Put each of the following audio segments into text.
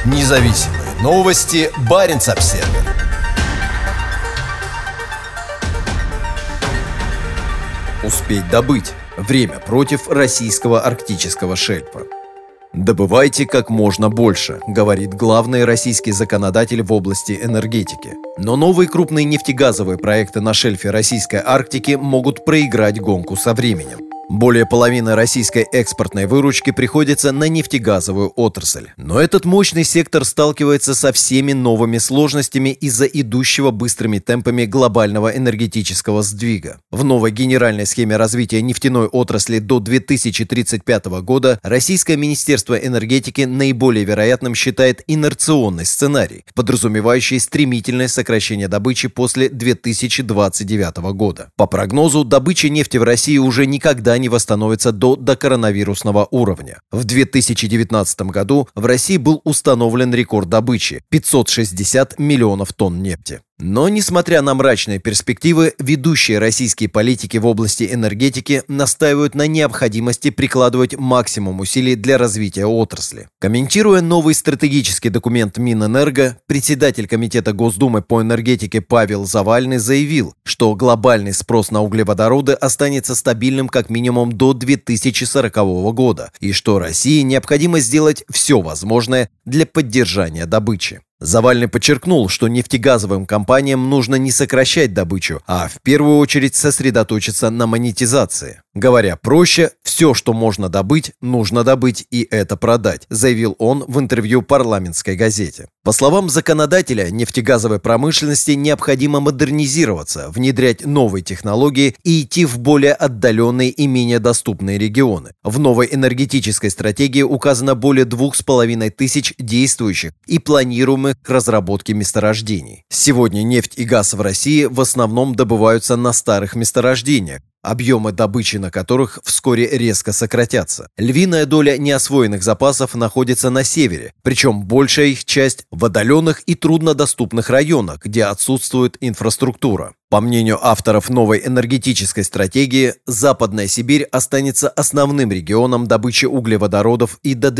Независимые новости. Баренц-Обсервер. Успеть добыть. Время против российского арктического шельфа. «Добывайте как можно больше», — говорит главный российский законодатель в области энергетики. Но новые крупные нефтегазовые проекты на шельфе российской Арктики могут проиграть гонку со временем. Более половины российской экспортной выручки приходится на нефтегазовую отрасль. Но этот мощный сектор сталкивается со всеми новыми сложностями из-за идущего быстрыми темпами глобального энергетического сдвига. В новой генеральной схеме развития нефтяной отрасли до 2035 года Российское министерство энергетики наиболее вероятным считает инерционный сценарий, подразумевающий стремительное сокращение добычи после 2029 года. По прогнозу, добыча нефти в России уже никогда не восстановится до докоронавирусного уровня. В 2019 году в России был установлен рекорд добычи – 560 миллионов тонн нефти. Но, несмотря на мрачные перспективы, ведущие российские политики в области энергетики настаивают на необходимости прикладывать максимум усилий для развития отрасли. Комментируя новый стратегический документ Минэнерго, председатель Комитета Госдумы по энергетике Павел Завальный заявил, что глобальный спрос на углеводороды останется стабильным как минимум до 2040 года и что России необходимо сделать все возможное для поддержания добычи. Завальный подчеркнул, что нефтегазовым компаниям нужно не сокращать добычу, а в первую очередь сосредоточиться на монетизации. Говоря проще, все, что можно добыть, нужно добыть и это продать, заявил он в интервью парламентской газете. По словам законодателя, нефтегазовой промышленности необходимо модернизироваться, внедрять новые технологии и идти в более отдаленные и менее доступные регионы. В новой энергетической стратегии указано более 2500 действующих и планируемых к разработке месторождений. Сегодня нефть и газ в России в основном добываются на старых месторождениях, объемы добычи на которых вскоре резко сократятся. Львиная доля неосвоенных запасов находится на севере, причем большая их часть в отдаленных и труднодоступных районах, где отсутствует инфраструктура. По мнению авторов новой энергетической стратегии, Западная Сибирь останется основным регионом добычи углеводородов и до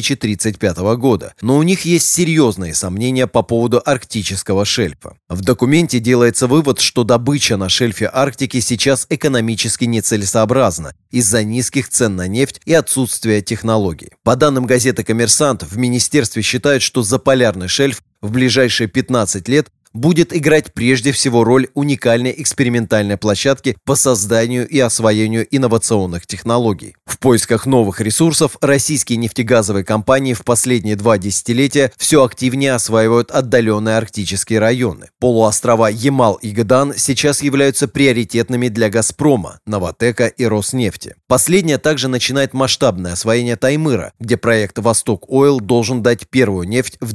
2035 года, но у них есть серьезные сомнения по поводу арктического шельфа. В документе делается вывод, что добыча на шельфе Арктики сейчас экономически нецелесообразна из-за низких цен на нефть и отсутствия технологий. По данным газеты «Коммерсант», в министерстве считают, что заполярный шельф в ближайшие 15 лет будет играть прежде всего роль уникальной экспериментальной площадки по созданию и освоению инновационных технологий. В поисках новых ресурсов российские нефтегазовые компании в последние 2 десятилетия все активнее осваивают отдаленные арктические районы. Полуострова Ямал и Гыдан сейчас являются приоритетными для «Газпрома», «Новатэка» и «Роснефти». Последняя также начинает масштабное освоение Таймыра, где проект «Восток Ойл» должен дать первую нефть в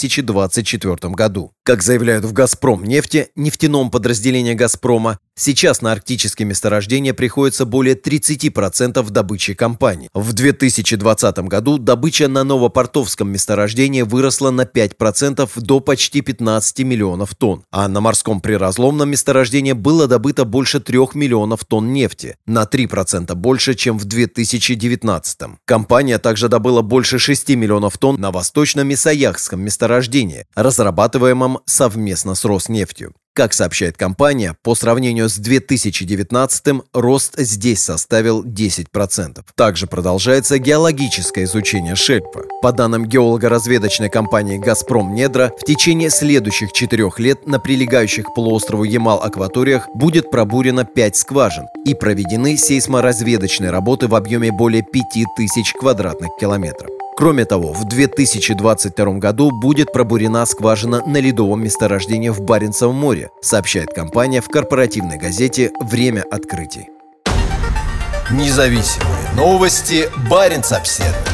2024 году. Как заявляют в «Газпромнефти», нефтяном подразделении «Газпрома», сейчас на арктические месторождения приходится более 30% добычи компании. В 2020 году добыча на новопортовском месторождении выросла на 5% до почти 15 миллионов тонн, а на морском приразломном месторождении было добыто больше 3 миллионов тонн нефти, на 3% больше, чем в 2019. Компания также добыла больше 6 миллионов тонн на восточном Исаякском месторождении, разрабатываемом совместно с Роснефтью. Как сообщает компания, по сравнению с 2019-м рост здесь составил 10%. Также продолжается геологическое изучение шельфа. По данным геолого-разведочной компании «Газпромнедра», в течение следующих 4 лет на прилегающих к полуострову Ямал акваториях будет пробурено 5 скважин и проведены сейсморазведочные работы в объеме более 5000 квадратных километров. Кроме того, в 2022 году будет пробурена скважина на ледовом месторождении в Баренцевом море, сообщает компания в корпоративной газете «Время открытий». Независимые новости. Баренц-Обсервер.